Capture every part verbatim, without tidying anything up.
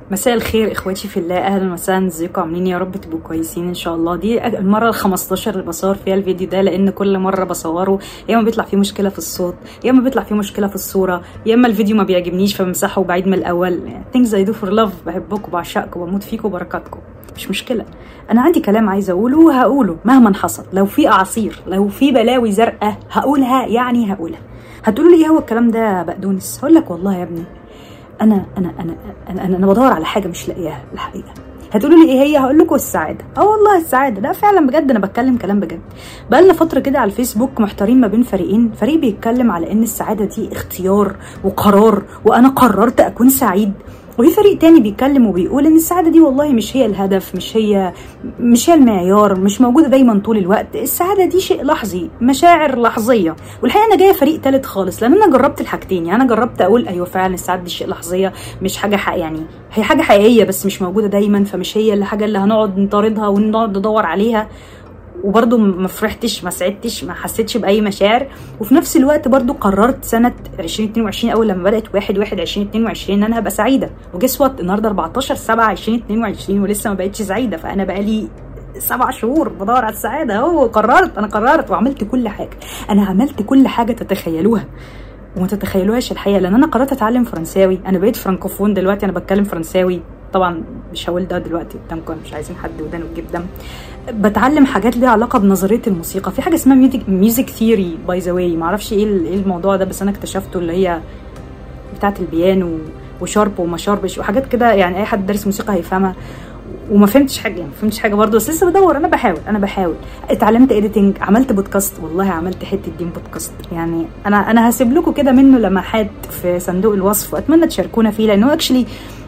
مساء الخير اخواتي في الله، اهلا وسهلا، ازيكم عاملين؟ يا رب تبقوا كويسين ان شاء الله. دي المره الخمستاشر اللي بصور فيها الفيديو ده، لان كل مره بصوره يا اما بيطلع فيه مشكله في الصوت، يا اما بيطلع فيه مشكله في الصوره، يا اما الفيديو ما بيعجبنيش فبمسحه وبعيد من الاول. things I do for love. بحبكم، بعشقكم، بموت فيكم وبركاتكم، مش مشكله. انا عندي كلام عايزه اقوله وهقوله مهما حصل. لو في اعاصير، لو في بلاوي زرقاء هقولها، يعني هقولها. هتقولوا لي ايه هو الكلام ده يا بقدونس؟ هقول لك والله يا ابني، انا انا انا انا انا, أنا بدور على حاجه مش لاقياها الحقيقه. هتقولوا لي ايه هي؟ هقول لكم السعاده. اه والله السعاده، لا فعلا بجد انا بتكلم كلام بجد. بقالنا فتره كده على الفيسبوك محتارين ما بين فريقين، فريق بيتكلم على ان السعاده دي اختيار وقرار وانا قررت اكون سعيد، وفي فريق تاني بيتكلم وبيقول ان السعاده دي والله مش هي الهدف، مش هي مش هي المعيار، مش موجوده دايما طول الوقت. السعاده دي شيء لحظي، مشاعر لحظيه. والحقيقه انا جايه فريق تالت خالص، لان انا جربت الحاجتين. يعني انا جربت اقول ايوه فعلا السعاده دي شيء لحظيه، مش حاجه حق، يعني هي حاجه حقيقيه بس مش موجوده دايما، فمش هي الحاجه اللي هنقعد نطاردها ونقعد ندور عليها. وبرضو ما فرحتش، ما سعدتش، ما حسيتش باي مشاعر. وفي نفس الوقت برضو قررت سنه ألفين واتنين وعشرين اول لما بدات واحد واحد ألفين واتنين وعشرين ان انا هبقى سعيده. وجس وات النهارده أربعتاشر سبعة ألفين واتنين وعشرين ولسه ما بقتش سعيده. فانا بقالي سبع شهور بدور على السعاده اهو. قررت، انا قررت وعملت كل حاجه. انا عملت كل حاجه تتخيلوها وما تتخيلوهاش الحقيقه، لان انا قررت اتعلم فرنساوي. انا بقيت فرانكوفون دلوقتي، انا بتكلم فرنساوي. طبعا مش هقول ده دلوقتي قدامكم، مش عايزين حد ودانه تجيب دم. بتعلم حاجات ليها علاقه بنظريه الموسيقى. في حاجه اسمها ميوزك ثيوري باي ذا واي، ما اعرفش ايه الموضوع ده، بس انا اكتشفته، اللي هي بتاعه البيانو وشارب وما شاربش وحاجات كده. يعني اي حد دارس موسيقى هيفهمها. وما فهمتش حاجه، يعني ما فهمتش حاجه برضه، بس لسه بدور. انا بحاول انا بحاول اتعلمت اديتنج، عملت بودكاست. والله عملت حته دين بودكاست. يعني انا انا هسيب لكم كده منه لمحات في صندوق الوصف، واتمنى تشاركونا فيه، لانه اكشلي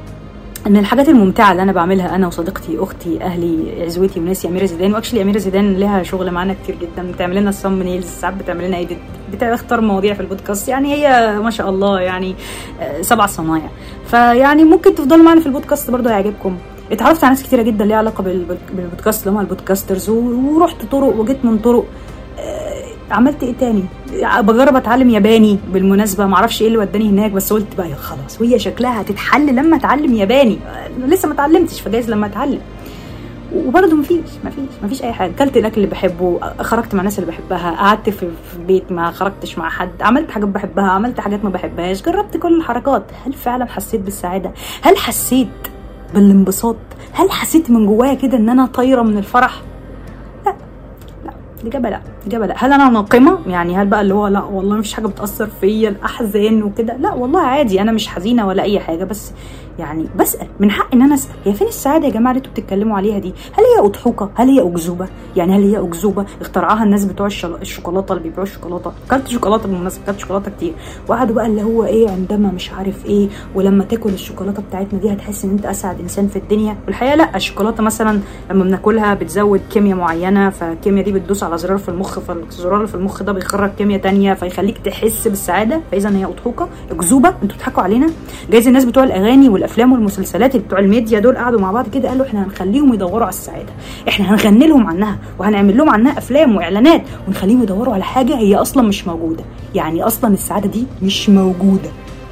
من الحاجات الممتعه اللي انا بعملها انا وصديقتي اختي اهلي عزوتي وناسي اميره زيدان. واكشلي اميره زيدان لها شغل معانا كتير جدا، بتعمل لنا الصم نيلز، ساعات بتعمل لنا ايديت، بتختار مواضيع في البودكاست. يعني هي ما شاء الله يعني سبع صنايع. فيعني ممكن تفضلوا معنا في البودكاست برضه، هيعجبكم. اتعرفت على ناس كتيره جدا ليها علاقه بالبودكاست اللي هم البودكاسترز، ورحت طرق وجيت من طرق. عملت ايه تاني؟ بجرب اتعلم ياباني بالمناسبه، معرفش ايه اللي وداني هناك، بس قلت بقى خلاص وهي شكلها هتتحل لما اتعلم ياباني. لسه ما اتعلمتش، فجايز لما اتعلم. وبرضه مفيش مفيش مفيش اي حاجه. اكلت الاكل اللي بحبه، خرجت مع الناس اللي بحبها، قعدت في البيت ما خرجتش مع حد، عملت حاجات بحبها، عملت حاجات ما بحبهاش، جربت كل الحركات. هل فعلا حسيت بالسعاده؟ هل حسيت بالانبساط؟ هل حسيت من جوايا كده ان انا طايره من الفرح؟ لا لا، الاجابه لا، الاجابه لا. هل انا ناقمه؟ يعني هل بقى اللي هو لا والله مفيش حاجه بتاثر فيا، الاحزان وكده؟ لا والله عادي، انا مش حزينه ولا اي حاجه، بس يعني بسال، من حق ان انا اسال هي فين السعاده يا جماعه اللي انتوا بتتكلموا عليها دي؟ هل هي اضحوكه؟ هل هي اكذوبه؟ يعني هل هي اكذوبه اخترعها الناس بتوع الشوكولاته اللي بيبيعوا الشوكولاته؟ اكلت شوكولاته بالمناسبه، اكلت شوكولاته كتير، وقعدوا بقى اللي هو ايه، عندما مش عارف ايه، ولما تاكل الشوكولاته بتاعتنا دي هتحس ان انت اسعد انسان في الدنيا. والحقيقه لا، الشوكولاته مثلا لما بناكلها بتزود كيمياء معينه، فالكيمياء دي بتدوس على زرار في المخ، فالزرار اللي في المخ ده بيخرج كيمياء تانية فيخليك تحس بالسعاده. فاذا هي اضحوكه، اكذوبه، انتوا بتضحكوا علينا. جايز الناس بتوع الاغاني والافلام والمسلسلات اللي بتوع الميديا دول قعدوا مع بعض كده قالوا احنا هنخليهم يدوروا على السعاده، احنا هنغني لهم عنها وهنعمل لهم عنها افلام واعلانات، ونخليهم يدوروا على حاجه هي اصلا مش موجوده. يعني اصلا السعاده دي مش موجوده.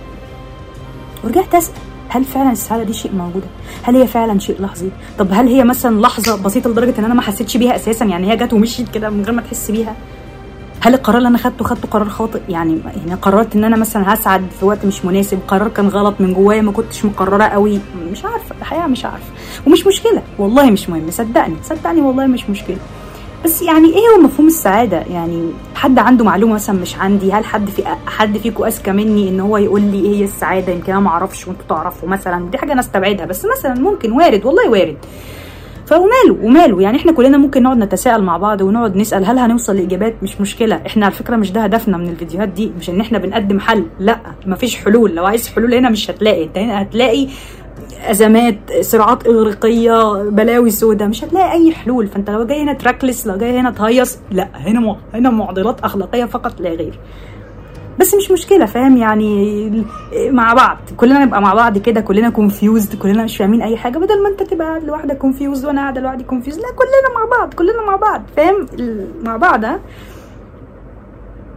ورجعت اسال، هل فعلا السعاده دي شيء موجوده؟ هل هي فعلا شيء لحظي؟ طب هل هي مثلا لحظه بسيطه لدرجه ان انا ما حسيتش بيها اساسا؟ يعني هي جت ومشيت كده من غير ما تحس بيها؟ هل القرار اللي انا خدته خدته قرار خاطئ؟ يعني يعني قررت ان انا مثلا هسعد في وقت مش مناسب، قرار كان غلط من جوايا، ما كنتش مقرره قوي، مش عارفه الحقيقه، مش عارفه. ومش مشكله والله، مش مهم، صدقني صدقني والله مش مشكله. بس يعني ايه هو مفهوم السعاده؟ يعني حد عنده معلومه مثلا مش عندي؟ هل حد في حد فيكم اذكى مني ان هو يقول لي ايه هي السعاده؟ يمكن انا ما اعرفش وانتوا تعرفوا مثلا، دي حاجه انا استبعدها، بس مثلا ممكن، وارد والله وارد. فوماله وماله، يعني احنا كلنا ممكن نقعد نتساءل مع بعض ونقعد نسال هل هنوصل لاجابات، مش مشكله. احنا على فكره مش ده هدفنا من الفيديوهات دي، مش ان احنا بنقدم حل، لا مفيش حلول. لو عايز حلول هنا مش هتلاقي، انت هنا هتلاقي ازمات، صراعات اغريقيه، بلاوي سودة، مش هتلاقي اي حلول. فانت لو جاي هنا تركلس، لو جاي هنا تهيص، لا هنا م... هنا معضلات اخلاقيه فقط لا غير. بس مش مشكله، فاهم؟ يعني مع بعض كلنا نبقى مع بعض كده، كلنا كونفيوزد، كلنا مش فاهمين اي حاجه، بدل ما انت تبقى قاعد لوحدك كونفيوزد وانا قاعده لوحدي كونفيوزد. لا كلنا مع بعض، كلنا مع بعض، فاهم؟ مع بعض. ها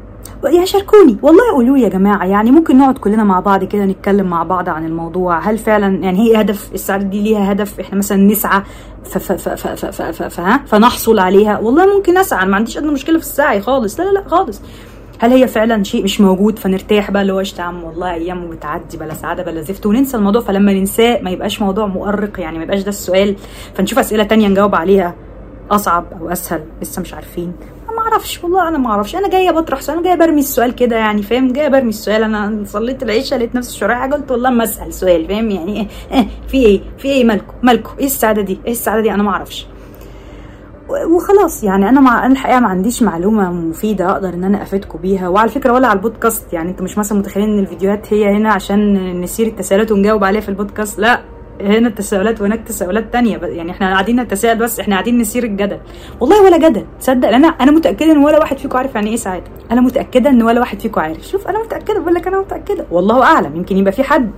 يعني شاركوني والله، قولوا لي يا جماعه، يعني ممكن نقعد كلنا مع بعض كده نتكلم مع بعض عن الموضوع. هل فعلا يعني هي هدف السعاده دي ليها هدف احنا مثلا نسعى ف ف ف ف ف ف ف ف فنحصل عليها؟ والله ممكن اسعى، ما عنديش ادنى مشكله في السعي خالص، لا لا لا خالص. هل هي فعلا شيء مش موجود فنرتاح بقى اللي هو قشطه يا عم والله ايام وبتعدي بلا سعاده بلا زفت وننسى الموضوع؟ فلما ننساه ما يبقاش موضوع مؤرق، يعني ما يبقاش ده السؤال، فنشوف اسئله تانية نجاوب عليها اصعب او اسهل، لسه مش عارفين. ما اعرفش والله، انا ما اعرفش، انا جايه بطرح سؤال، انا جايه برمي السؤال كده يعني فاهم، جايه برمي السؤال. انا صليت العشاء لقيت نفسي شرايح قلت والله ما اسال سؤال فاهم يعني ايه, إيه في ايه في ايه مالكم مالكم ايه السعاده دي ايه السعاده دي؟ انا ما اعرفش وخلاص يعني. انا مع انا الحقيقه ما عنديش معلومه مفيده اقدر ان انا افيدكم بيها، وعلى فكره ولا على البودكاست. يعني انتوا مش مثلا متخيلين ان الفيديوهات هي هنا عشان نسير التساؤلات ونجاوب عليها في البودكاست، لا، هنا التساؤلات وهناك تساؤلات تانية، يعني احنا قاعدين نتساءل بس، احنا قاعدين نسير الجدل. والله ولا جدل، تصدق انا انا متاكده ان ولا واحد فيكم عارف يعني ايه سعاده. انا متاكده ان ولا واحد فيكم عارف. شوف انا متاكده، بقول لك انا متاكده، والله اعلم، يمكن يبقى في حد.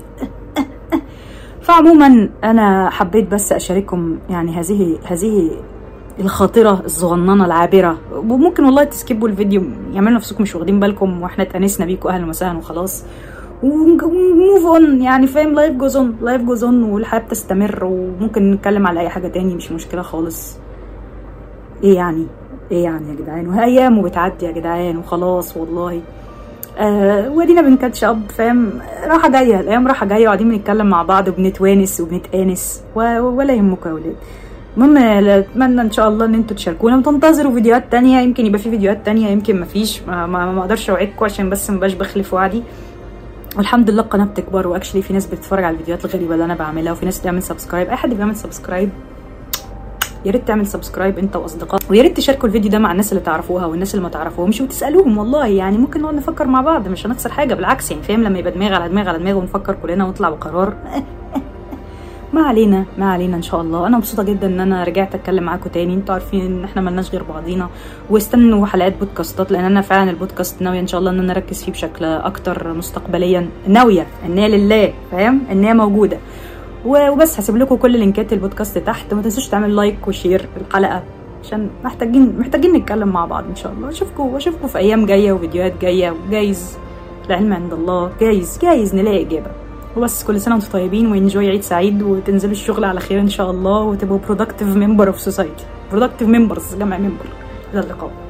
فعموما انا حبيت بس اشارككم يعني هذه هذه الخاطره الصغننه العابره، وممكن والله تسكيبوا الفيديو، يعملوا نفسكم مش واخدين بالكم واحنا اتانسنا بيكم اهلا وسهلا وخلاص، وموف اون يعني فاهم. لايف جوز اون، لايف جوز اون، والحياه بتستمر، وممكن نتكلم على اي حاجه تاني، مش مشكله خالص. ايه يعني ايه يعني يا جدعان، وهي ايام وبتعدي يا جدعان وخلاص والله. آه ودينا بنكاتش اب فاهم، راحه جايه، الايام راحه جايه، وقاعدين بنتكلم مع بعض وبنتوانس وبنتانس، ولا يهمكم يا ولاد. المهم اتمنى ان شاء الله ان انتوا تشاركونا وتنتظروا فيديوهات تانية، يمكن يبقى في فيديوهات تانية يمكن مفيش، ما, ما, ما اقدرش اوعدكم عشان بس مبقاش بخلف وعدي. والحمد لله القناه بتكبر، واكشلي في ناس بتتفرج على الفيديوهات الغريبه اللي انا بعملها، وفي ناس بتعمل سبسكرايب. اي حد بيعمل سبسكرايب يا ريت تعمل سبسكرايب انت واصدقائك، ويا ريت تشاركوا الفيديو ده مع الناس اللي تعرفوها والناس اللي ما تعرفوهمش وتسالوهم. والله يعني ممكن نقعد نفكر مع بعض، مش هنخسر حاجه، بالعكس يعني فاهم، لما يبقى دماغ على دماغ على دماغ ونفكر كلنا ونطلع بقرار. ما علينا ما علينا ان شاء الله. انا مبسوطه جدا ان انا رجعت اتكلم معاكم تاني، انتوا عارفين ان احنا ملناش غير بعضينا، واستنوا حلقات بودكاستات، لان انا فعلا البودكاست ناويه ان شاء الله ان انا اركز فيه بشكل اكتر مستقبليا، ناويه ان هي لله فاهم ان هي موجوده. وبس هسيب لكم كل لينكات البودكاست تحت، وما تنسوش تعملوا لايك وشير الحلقه عشان محتاجين محتاجين نتكلم مع بعض ان شاء الله. اشوفكم واشوفكم في ايام جايه وفيديوهات جايه، وجايز العلم عند الله، جايز جايز نلاقي اجابه. وبس كل سنه وانتم طيبين، وانجوي عيد سعيد، وتنزلوا الشغل على خير ان شاء الله، وتبقوا productive member of society، productive members جمع member. الى اللقاء.